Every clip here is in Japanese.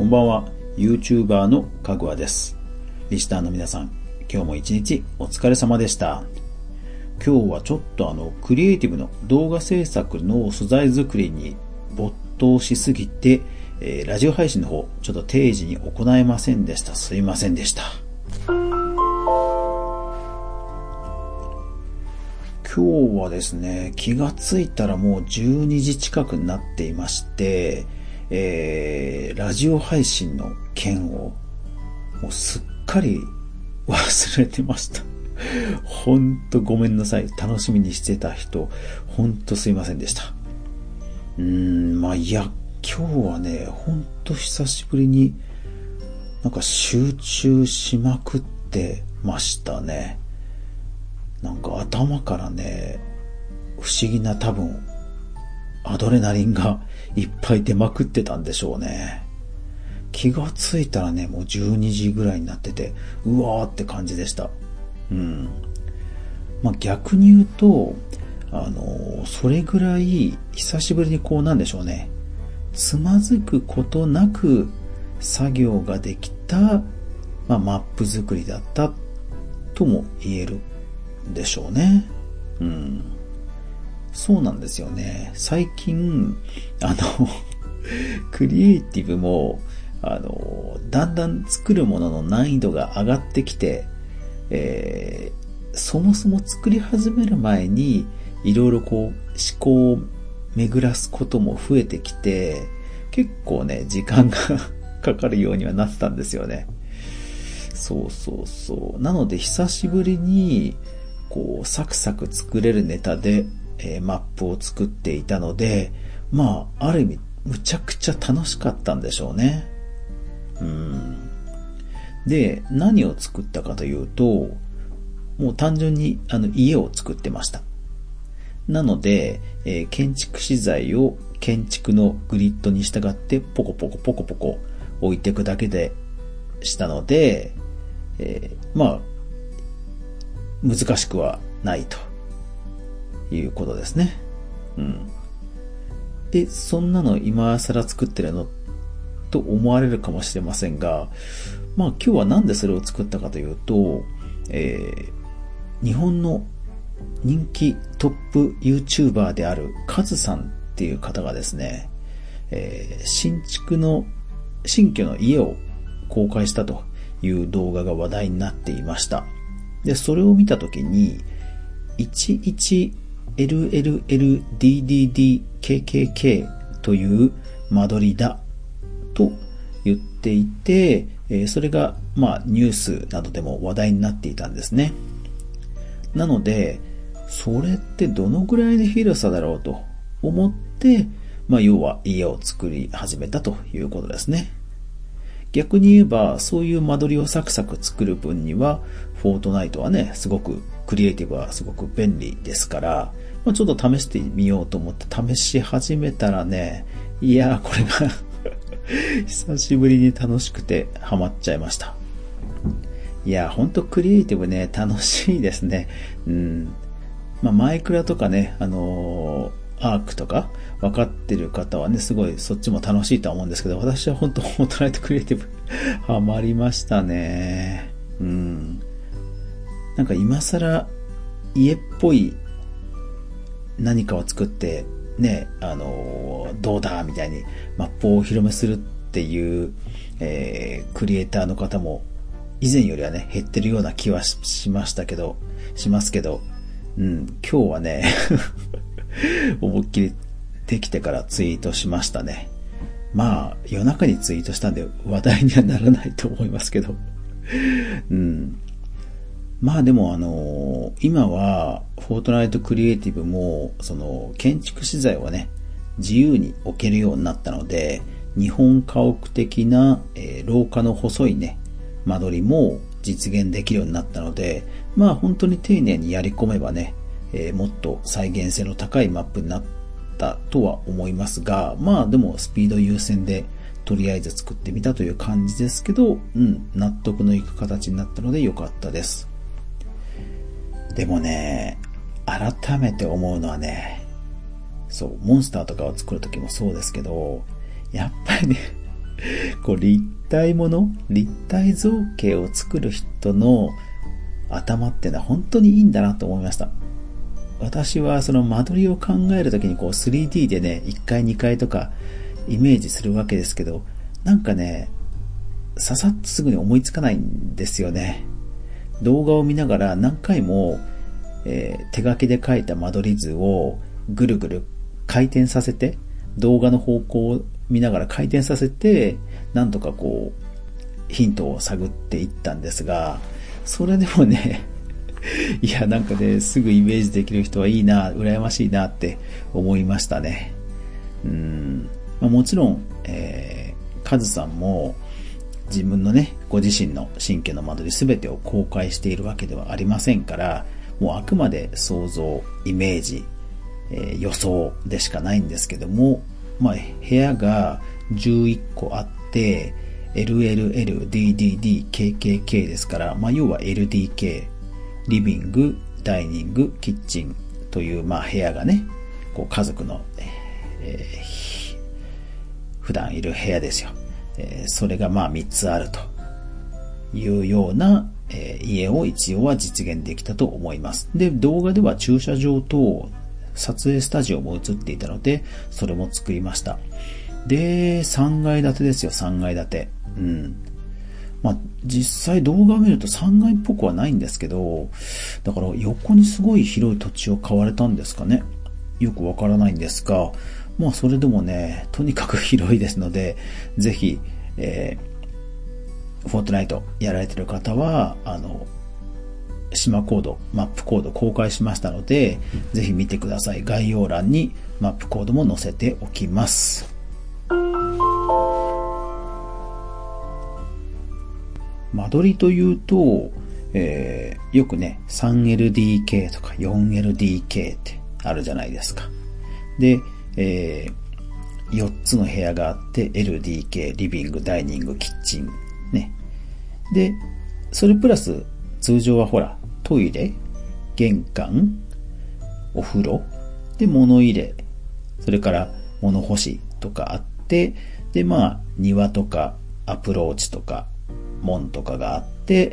こんばんは、YouTuber のかぐわです。リスナーの皆さん、今日も一日お疲れ様でした。今日はちょっとクリエイティブの動画制作の素材作りに没頭しすぎて、ラジオ配信の方、ちょっと定時に行えませんでした。すいませんでした。今日はですね、気がついたらもう12時近くになっていまして、ラジオ配信の件をもうすっかり忘れてました。ほんとごめんなさい。楽しみにしてた人、ほんとすいませんでした。今日はね、ほんと久しぶりになんか集中しまくってましたね。なんか頭からね、不思議な多分アドレナリンがいっぱい出まくってたんでしょうね。気がついたらね、もう12時ぐらいになってて、うわーって感じでした。逆に言うと、それぐらい久しぶりになんでしょうね。つまずくことなく作業ができた、マップ作りだったとも言えるでしょうね。そうなんですよね。最近、クリエイティブも、だんだん作るものの難易度が上がってきて、そもそも作り始める前に、いろいろ思考を巡らすことも増えてきて、結構ね、時間がかかるようにはなってたんですよね。そう。なので、久しぶりに、サクサク作れるネタで、マップを作っていたので、ある意味、むちゃくちゃ楽しかったんでしょうね。で、何を作ったかというと、もう単純に家を作ってました。なので、建築資材を建築のグリッドに従ってポコポコ置いていくだけでしたので、難しくはないということですね。で、そんなの今更作ってるのと思われるかもしれませんが、今日はなんでそれを作ったかというと、日本の人気トップ YouTuber であるカズさんっていう方がですね、新居の家を公開したという動画が話題になっていました。で、それを見たときに、11LLLDDDKKK という間取りだと言っていて、それがニュースなどでも話題になっていたんですね。なので、それってどのぐらいの広さだろうと思って、要は家を作り始めたということですね。逆に言えば、そういう間取りをサクサク作る分には、フォートナイトはね、すごくクリエイティブはすごく便利ですから、ちょっと試してみようと思って試し始めたらね、これが久しぶりに楽しくてハマっちゃいました。ほんとクリエイティブね、楽しいですね。マイクラとかね、アークとか分かってる方はね、すごいそっちも楽しいとは思うんですけど、私は本当フォートナイトクリエイティブハマりましたね。なんか今更家っぽい何かを作ってね、どうだみたいにマップをお披露目するっていう、クリエイターの方も以前よりはね、減ってるような気はしますけど、今日はね、思いっきりできてからツイートしましたね。夜中にツイートしたんで話題にはならないと思いますけど。でも今は、フォートナイトクリエイティブも、建築資材はね、自由に置けるようになったので、日本家屋的な、廊下の細いね、間取りも実現できるようになったので、本当に丁寧にやり込めばね、もっと再現性の高いマップになったとは思いますが、でもスピード優先でとりあえず作ってみたという感じですけど、納得のいく形になったので良かったです。でもね、改めて思うのはね、モンスターとかを作るときもそうですけど、やっぱりね、 こう立体造形を作る人の頭ってのは本当にいいんだなと思いました。私はその間取りを考えるときにこう 3D でね、1階2階とかイメージするわけですけど、なんかね、ささっとすぐに思いつかないんですよね。動画を見ながら何回も、手書きで描いた間取り図をぐるぐる回転させて、動画の方向を見ながら回転させて、なんとかこうヒントを探っていったんですが、それでもね、いやなんかね、すぐイメージできる人はいいな、羨ましいなって思いましたね。もちろん、カズさんも自分のね、ご自身の新居の間取りすべてを公開しているわけではありませんから、もうあくまで想像、イメージ、予想でしかないんですけども、部屋が11個あって、LLL、DDD、KKK ですから、要は LDK、リビング、ダイニング、キッチンという、部屋がね、こう家族の、普段いる部屋ですよ。それが3つあるというような、家を一応は実現できたと思います。で、動画では駐車場と撮影スタジオも映っていたので、それも作りました。で、3階建てですよ、3階建て。実際動画を見ると3階っぽくはないんですけど、だから横にすごい広い土地を買われたんですかね。よくわからないんですが、それでもね、とにかく広いですので、ぜひ、フォートナイトやられてる方は、島コード、マップコード公開しましたので、ぜひ見てください。概要欄にマップコードも載せておきます。間取りというと、よくね、3LDK とか 4LDK ってあるじゃないですか。で、4つの部屋があって LDK、リビング、ダイニング、キッチン、ね。で、それプラス通常はほら、トイレ、玄関、お風呂、で、物入れ、それから物干しとかあって、で、庭とかアプローチとか門とかがあって、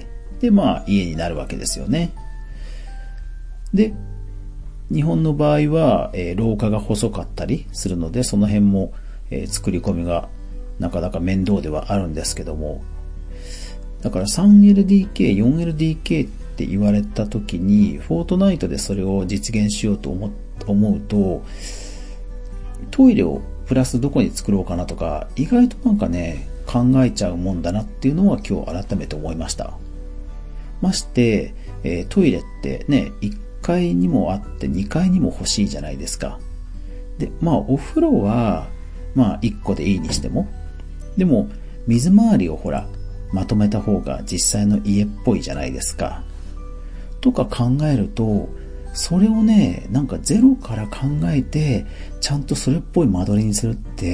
で、家になるわけですよね。で、日本の場合は、廊下が細かったりするので、その辺も、作り込みがなかなか面倒ではあるんですけども、だから 3LDK、4LDK って言われた時に、フォートナイトでそれを実現しようと思うと、トイレをプラスどこに作ろうかなとか、意外となんかね、考えちゃうもんだなっていうのは今日改めて思いました。まして、トイレってね、1階にもあって2階にも欲しいじゃないですか。で、お風呂は、1個でいいにしても、でも、水回りをほら、まとめた方が実際の家っぽいじゃないですか。とか考えると、それをね、なんかゼロから考えて、ちゃんとそれっぽい間取りにするって、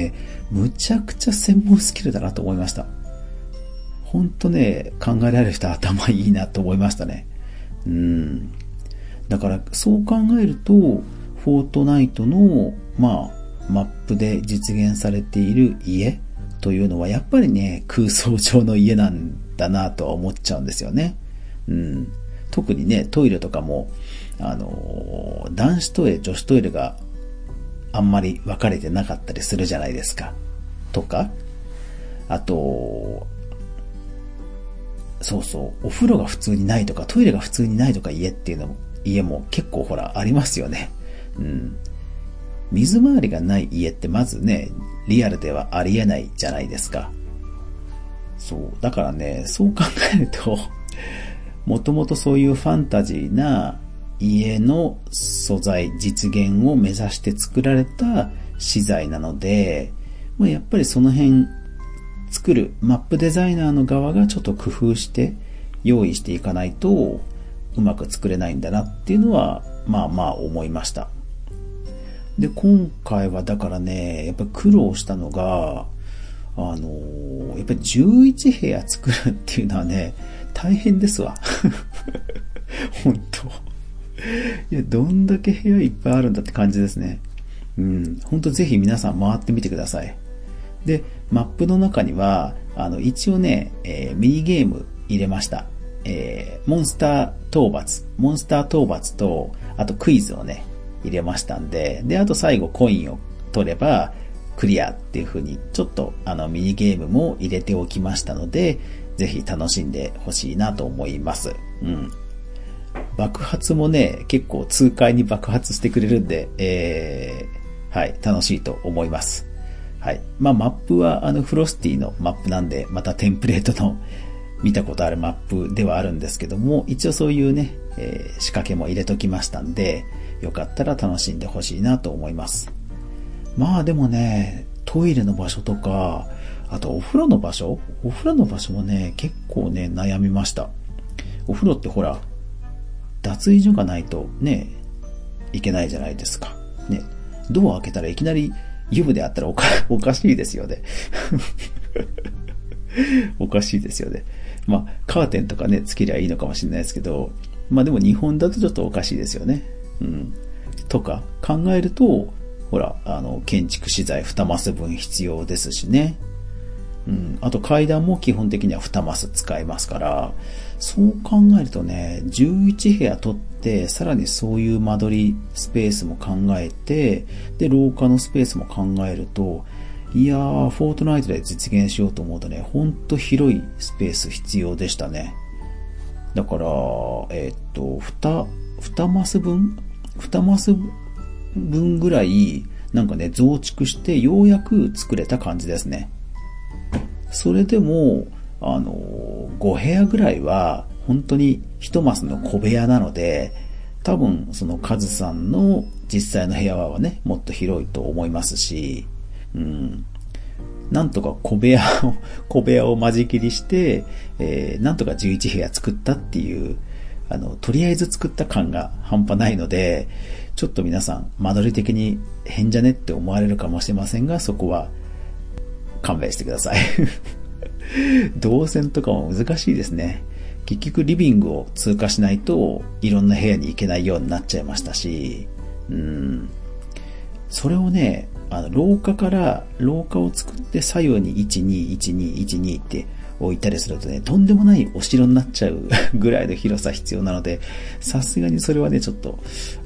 むちゃくちゃ専門スキルだなと思いました。ほんとね、考えられる人は頭いいなと思いましたね。だからそう考えると、フォートナイトの、マップで実現されている家というのはやっぱりね、空想上の家なんだなとは思っちゃうんですよね。特にね、トイレとかも、男子トイレ、女子トイレがあんまり分かれてなかったりするじゃないですか。とか、あと、お風呂が普通にないとか、トイレが普通にないとか家も結構ほらありますよね。水回りがない家ってまずね、リアルではありえないじゃないですか。だからね、そう考えると、もともとそういうファンタジーな家の素材、実現を目指して作られた資材なので、やっぱりその辺作るマップデザイナーの側がちょっと工夫して用意していかないとうまく作れないんだなっていうのは思いました。で、今回はだからね、やっぱり苦労したのが、やっぱり11部屋作るっていうのはね、大変ですわ。本当。いや、どんだけ部屋いっぱいあるんだって感じですね。本当ぜひ皆さん回ってみてください。 で、マップの中には、一応ね、ミニゲーム入れました。モンスター討伐と、あとクイズをね、入れましたんで、で、あと最後コインを取ればクリアっていう風に、ちょっとミニゲームも入れておきましたので、ぜひ楽しんでほしいなと思います。うん。爆発もね、結構痛快に爆発してくれるんで、はい、楽しいと思います。はい。まあ、マップはフロスティのマップなんで、またテンプレートの見たことあるマップではあるんですけども、一応そういうね、仕掛けも入れときましたんで、よかったら楽しんでほしいなと思います。まあでもね、トイレの場所とか、あとお風呂の場所もね、結構ね、悩みました。お風呂ってほら、脱衣所がないとね、いけないじゃないですか。ね、ドア開けたらいきなり湯船あったらおかしいですよね。おかしいですよね。まあ、カーテンとかね、つけりゃいいのかもしれないですけど、まあでも日本だとちょっとおかしいですよね。うん。とか考えると、ほら、建築資材2マス分必要ですしね。うん。あと階段も基本的には2マス使いますから、そう考えるとね、11部屋取って、さらにそういう間取りスペースも考えて、で、廊下のスペースも考えると、いやー、フォートナイトで実現しようと思うとね、ほんと広いスペース必要でしたね。だから、2マス分ぐらい、なんかね、増築してようやく作れた感じですね。それでも、5部屋ぐらいは、本当に1マスの小部屋なので、多分、そのカズさんの実際の部屋はね、もっと広いと思いますし、うん。なんとか小部屋を間仕切りして、なんとか11部屋作ったっていう、とりあえず作った感が半端ないので、ちょっと皆さん、間取り的に変じゃねって思われるかもしれませんが、そこは勘弁してください。動線とかも難しいですね。結局リビングを通過しないといろんな部屋に行けないようになっちゃいましたし、それをね、廊下を作って左右に1212って置いたりするとね、とんでもないお城になっちゃうぐらいの広さ必要なので、さすがにそれはね、ちょっと、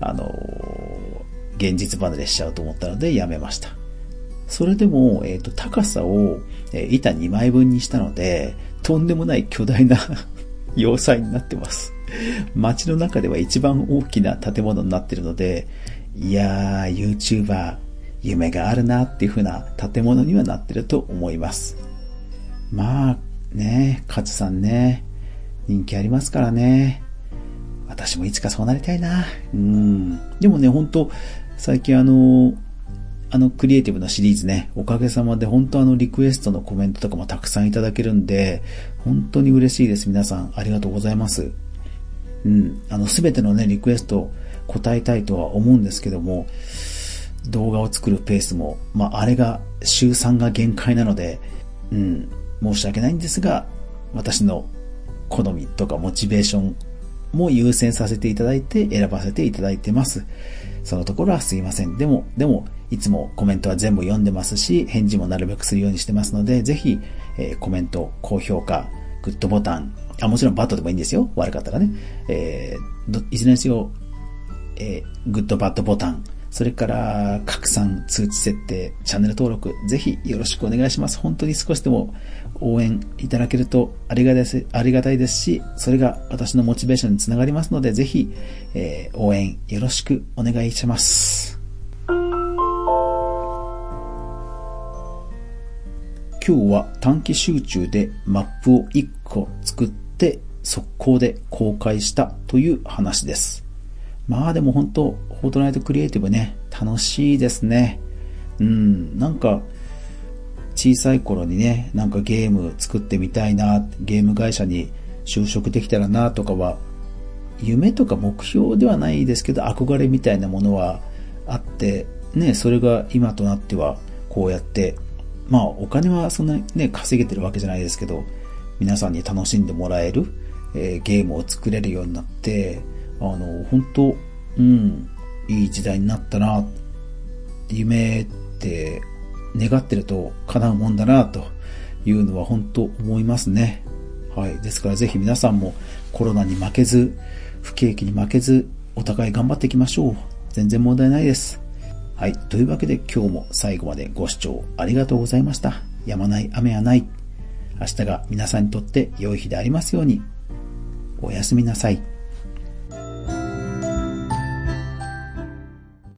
現実離れしちゃうと思ったのでやめました。それでも、高さを、板2枚分にしたので、とんでもない巨大な要塞になってます。街の中では一番大きな建物になっているので、いやー、YouTuber、夢があるなっていう風な建物にはなってると思います。まあ、ね、カズさんね、人気ありますからね。私もいつかそうなりたいな。でもね、本当最近クリエイティブなシリーズね、おかげさまで本当リクエストのコメントとかもたくさんいただけるんで、本当に嬉しいです。皆さんありがとうございます。すべてのね、リクエスト答えたいとは思うんですけども、動画を作るペースも、あれが週3が限界なので、申し訳ないんですが、私の好みとかモチベーションも優先させていただいて選ばせていただいてます。そのところはすいません。でも、いつもコメントは全部読んでますし、返事もなるべくするようにしてますので、ぜひ、コメント、高評価、グッドボタン、もちろんバッドでもいいんですよ。悪かったらね。いずれにせよ、グッドバッドボタン、それから拡散、通知設定、チャンネル登録、ぜひよろしくお願いします。本当に少しでも応援いただけるとありがたいですし、それが私のモチベーションにつながりますので、ぜひ、応援よろしくお願いします。今日は短期集中でマップを1個作って速攻で公開したという話です。でも本当フォートナイトクリエイティブね、楽しいですね。なんか小さい頃にね、なんかゲーム作ってみたいな、ゲーム会社に就職できたらなとかは夢とか目標ではないですけど、憧れみたいなものはあってね、それが今となってはこうやってお金はそんなにね稼げてるわけじゃないですけど、皆さんに楽しんでもらえる、ゲームを作れるようになって、本当いい時代になったな。夢って願ってると叶うもんだなというのは本当思いますね。はい。ですからぜひ皆さんもコロナに負けず、不景気に負けず、お互い頑張っていきましょう。全然問題ないです。はい。というわけで今日も最後までご視聴ありがとうございました。止まない雨はない。明日が皆さんにとって良い日でありますように。おやすみなさい。